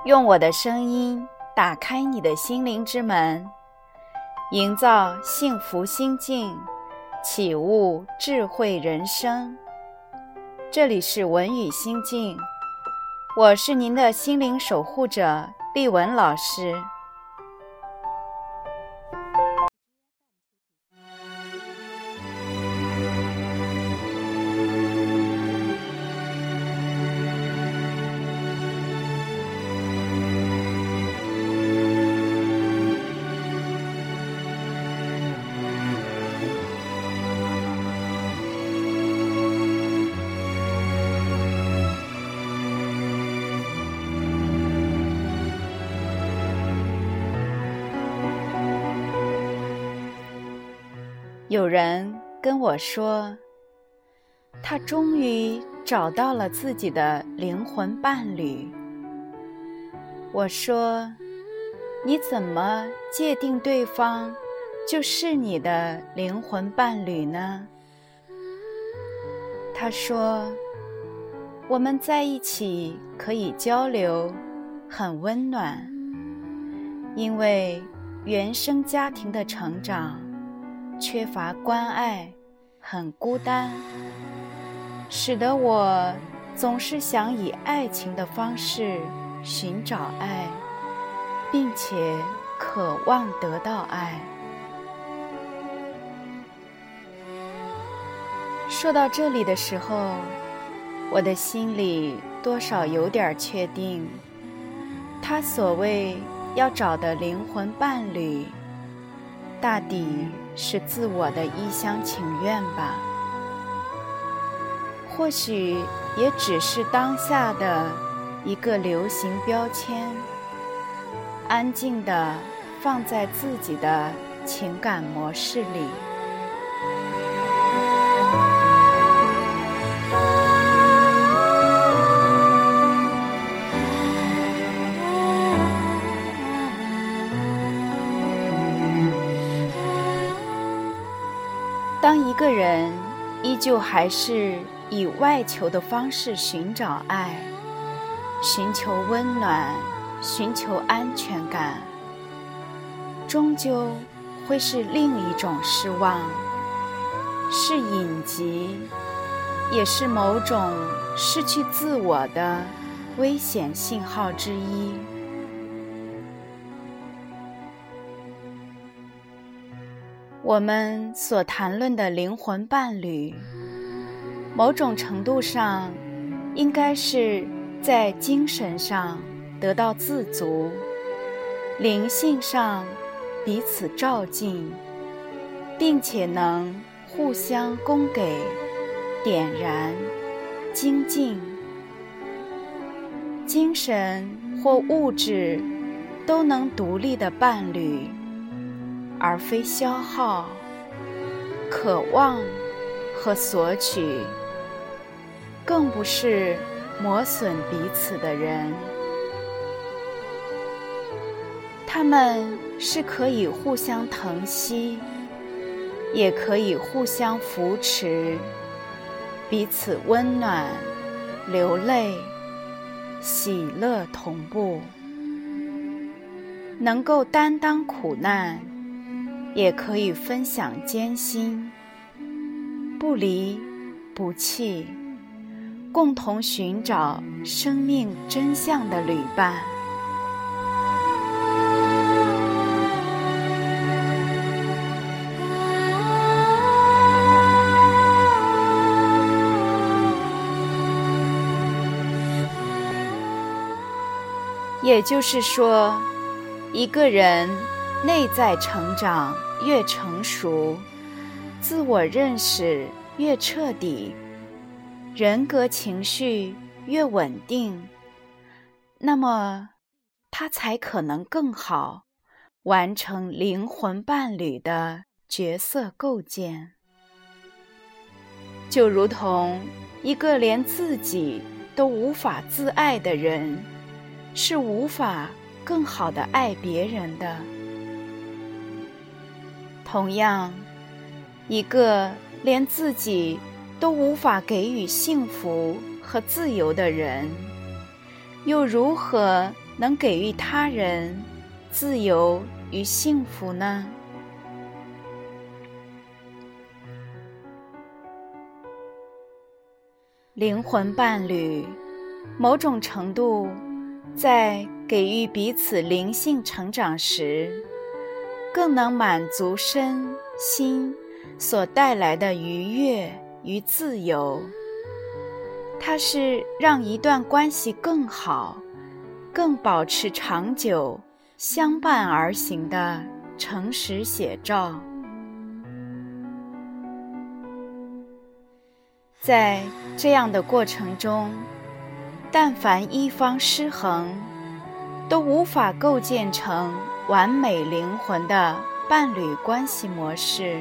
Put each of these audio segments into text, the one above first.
用我的声音打开你的心灵之门，营造幸福心境，启悟智慧人生。这里是文语心境，我是您的心灵守护者丽文老师。有人跟我说，他终于找到了自己的灵魂伴侣。我说，你怎么界定对方就是你的灵魂伴侣呢？他说，我们在一起可以交流，很温暖，因为原生家庭的成长缺乏关爱，很孤单，使得我总是想以爱情的方式寻找爱，并且渴望得到爱。说到这里的时候，我的心里多少有点确定，他所谓要找的灵魂伴侣，大抵是自我的一厢情愿吧，或许也只是当下的一个流行标签，安静地放在自己的情感模式里。当一个人依旧还是以外求的方式寻找爱，寻求温暖，寻求安全感，终究会是另一种失望，是隐疾，也是某种失去自我的危险信号之一。我们所谈论的灵魂伴侣，某种程度上应该是在精神上得到自足，灵性上彼此照进，并且能互相供给、点燃、精进，精神或物质都能独立的伴侣，而非消耗、渴望和索取，更不是磨损彼此的人。他们是可以互相疼惜，也可以互相扶持，彼此温暖，流泪，喜乐同步，能够担当苦难，也可以分享艰辛，不离不弃，共同寻找生命真相的旅伴。也就是说，一个人内在成长越成熟，自我认识越彻底，人格情绪越稳定，那么他才可能更好完成灵魂伴侣的角色构建。就如同一个连自己都无法自爱的人，是无法更好地爱别人的。同样，一个连自己都无法给予幸福和自由的人，又如何能给予他人自由与幸福呢？灵魂伴侣，某种程度在给予彼此灵性成长时，更能满足身心所带来的愉悦与自由。它是让一段关系更好、更保持长久、相伴而行的诚实写照。在这样的过程中，但凡一方失衡，都无法构建成完美灵魂的伴侣关系模式。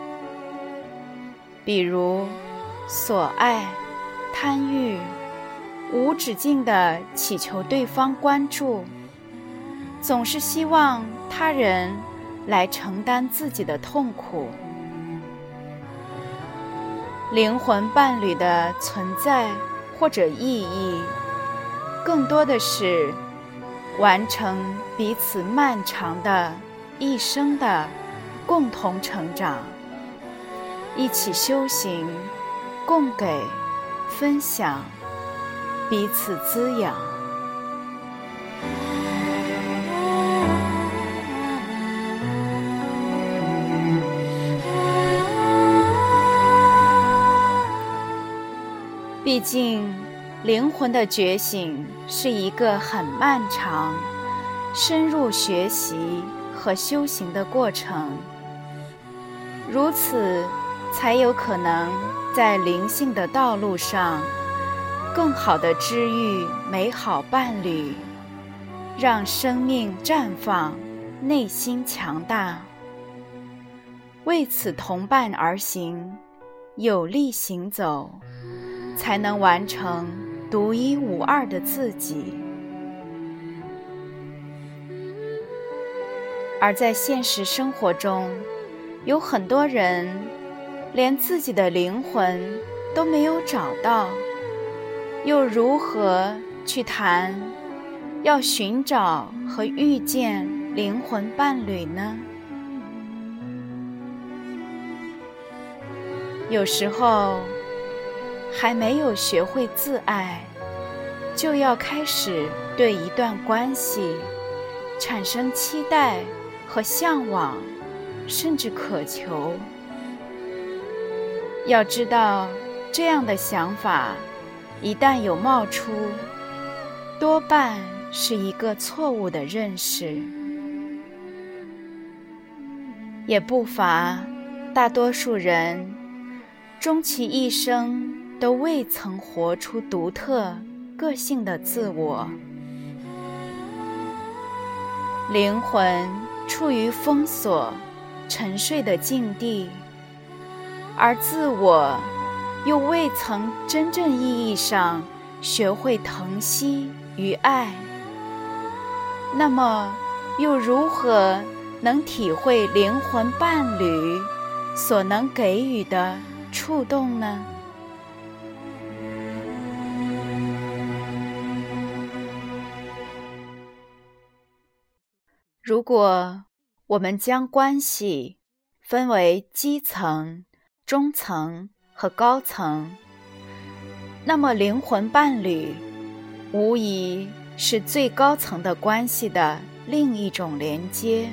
比如所爱、贪欲，无止境地祈求对方关注，总是希望他人来承担自己的痛苦。灵魂伴侣的存在或者意义，更多的是完成彼此漫长的一生的共同成长，一起修行，共给、分享，彼此滋养。毕竟，灵魂的觉醒是一个很漫长、深入学习和修行的过程，如此才有可能在灵性的道路上更好地治愈美好伴侣，让生命绽放，内心强大。为此同伴而行，有力行走，才能完成独一无二的自己。而在现实生活中，有很多人连自己的灵魂都没有找到，又如何去谈要寻找和遇见灵魂伴侣呢？有时候还没有学会自爱，就要开始对一段关系产生期待和向往，甚至渴求。要知道，这样的想法一旦有冒出，多半是一个错误的认识。也不乏大多数人终其一生都未曾活出独特个性的自我，灵魂处于封锁、沉睡的境地，而自我又未曾真正意义上学会疼惜与爱，那么又如何能体会灵魂伴侣所能给予的触动呢？如果我们将关系分为基层、中层和高层，那么灵魂伴侣无疑是最高层的关系的另一种连接。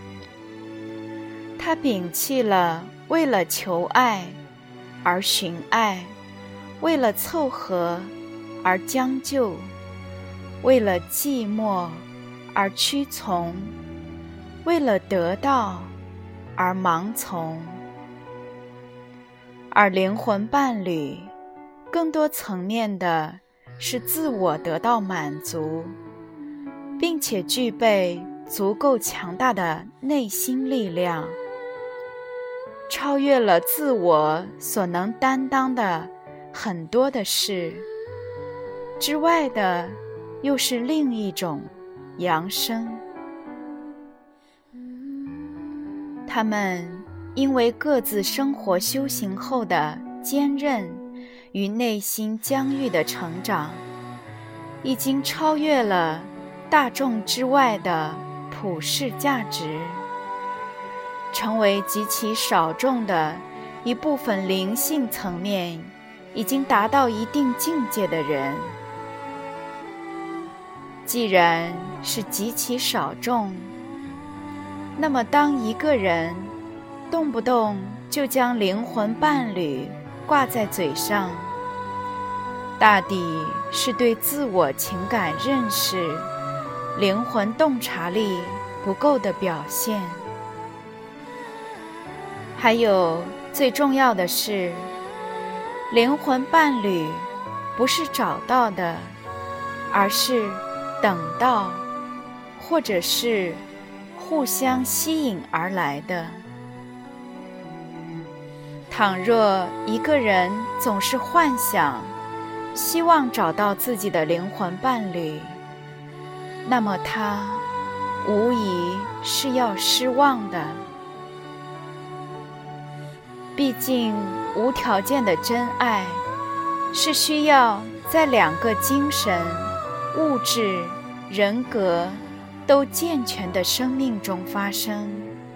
它摒弃了为了求爱而寻爱，为了凑合而将就，为了寂寞而屈从，为了得到而盲从。而灵魂伴侣更多层面的是自我得到满足，并且具备足够强大的内心力量，超越了自我所能担当的很多的事之外的，又是另一种扬升。他们因为各自生活修行后的坚韧与内心疆域的成长，已经超越了大众之外的普世价值，成为极其少众的一部分灵性层面已经达到一定境界的人。既然是极其少众，那么当一个人动不动就将灵魂伴侣挂在嘴上，大抵是对自我情感认识、灵魂洞察力不够的表现。还有最重要的是，灵魂伴侣不是找到的，而是等到，或者是互相吸引而来的。倘若一个人总是幻想希望找到自己的灵魂伴侣，那么他无疑是要失望的。毕竟无条件的真爱是需要在两个精神、物质、人格都健全的生命中发生。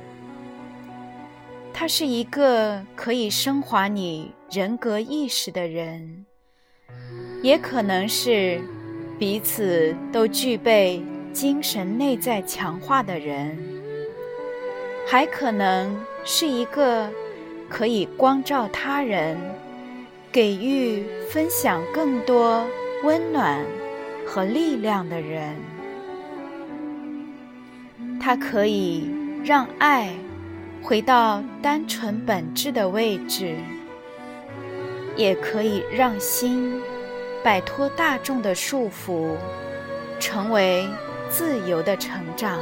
他是一个可以升华你人格意识的人，也可能是彼此都具备精神内在强化的人，还可能是一个可以光照他人，给予分享更多温暖和力量的人。他可以让爱回到单纯本质的位置，也可以让心摆脱大众的束缚，成为自由的成长。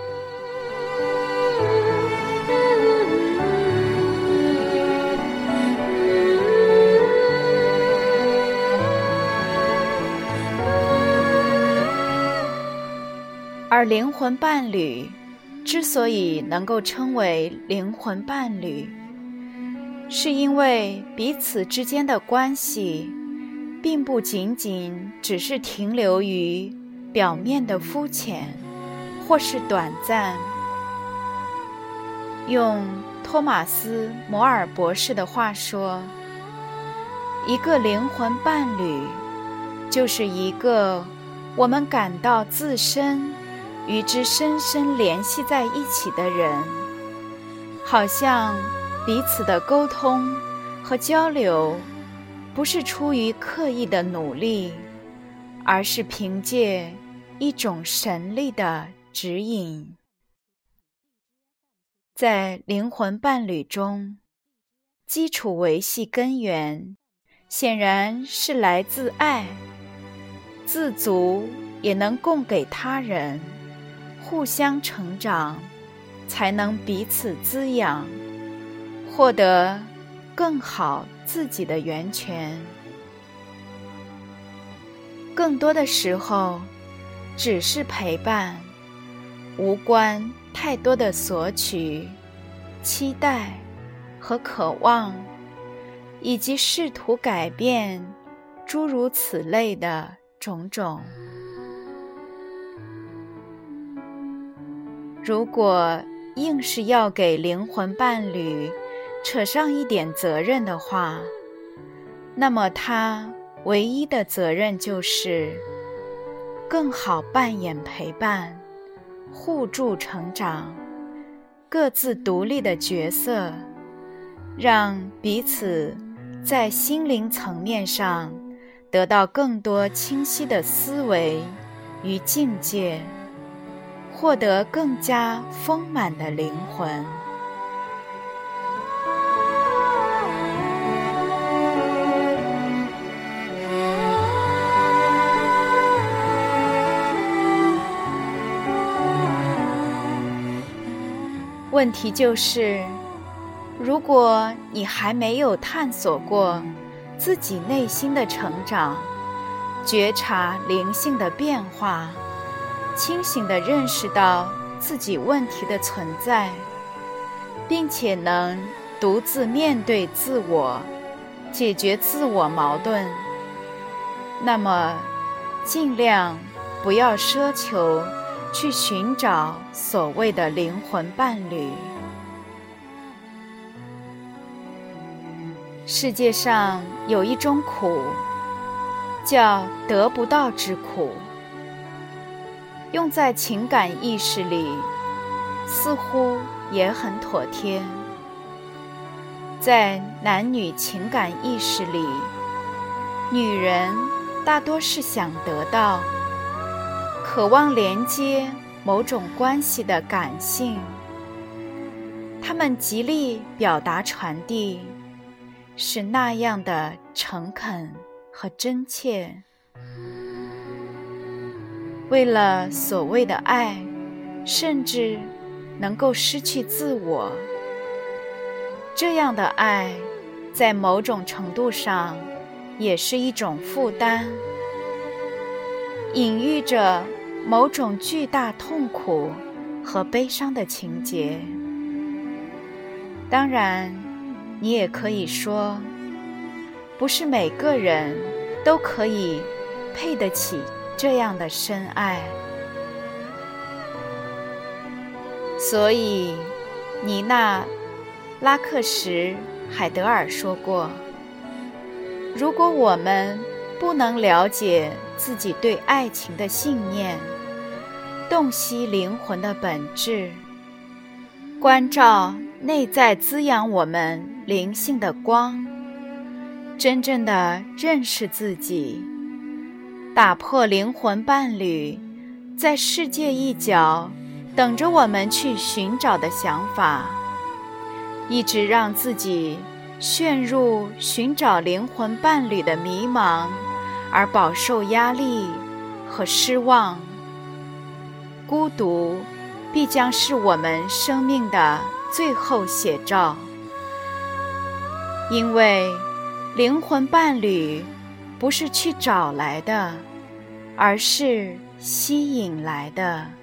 而灵魂伴侣之所以能够称为灵魂伴侣，是因为彼此之间的关系并不仅仅只是停留于表面的肤浅或是短暂。用托马斯·摩尔博士的话说，一个灵魂伴侣就是一个我们感到自身与之深深联系在一起的人，好像彼此的沟通和交流不是出于刻意的努力，而是凭借一种神力的指引。在灵魂伴侣中，基础维系根源显然是来自爱，自足也能供给他人，互相成长，才能彼此滋养，获得更好自己的源泉。更多的时候，只是陪伴，无关太多的索取、期待和渴望，以及试图改变诸如此类的种种。如果硬是要给灵魂伴侣扯上一点责任的话，那么他唯一的责任就是更好扮演陪伴、互助成长、各自独立的角色，让彼此在心灵层面上得到更多清晰的思维与境界，获得更加丰满的灵魂。问题就是，如果你还没有探索过自己内心的成长，觉察灵性的变化，清醒地认识到自己问题的存在，并且能独自面对自我，解决自我矛盾，那么尽量不要奢求去寻找所谓的灵魂伴侣。世界上有一种苦，叫得不到之苦，用在情感意识里似乎也很妥帖。在男女情感意识里，女人大多是想得到，渴望连接某种关系的感性，她们极力表达传递，是那样的诚恳和真切。为了所谓的爱，甚至能够失去自我。这样的爱，在某种程度上，也是一种负担，隐喻着某种巨大痛苦和悲伤的情节。当然，你也可以说，不是每个人都可以配得起这样的深爱。所以，妮娜·拉克什海德尔说过，如果我们不能了解自己对爱情的信念，洞悉灵魂的本质，关照内在滋养我们灵性的光，真正地认识自己，打破灵魂伴侣在世界一角等着我们去寻找的想法，一直让自己陷入寻找灵魂伴侣的迷茫，而饱受压力和失望。孤独必将是我们生命的最后写照，因为灵魂伴侣不是去找来的，而是吸引来的。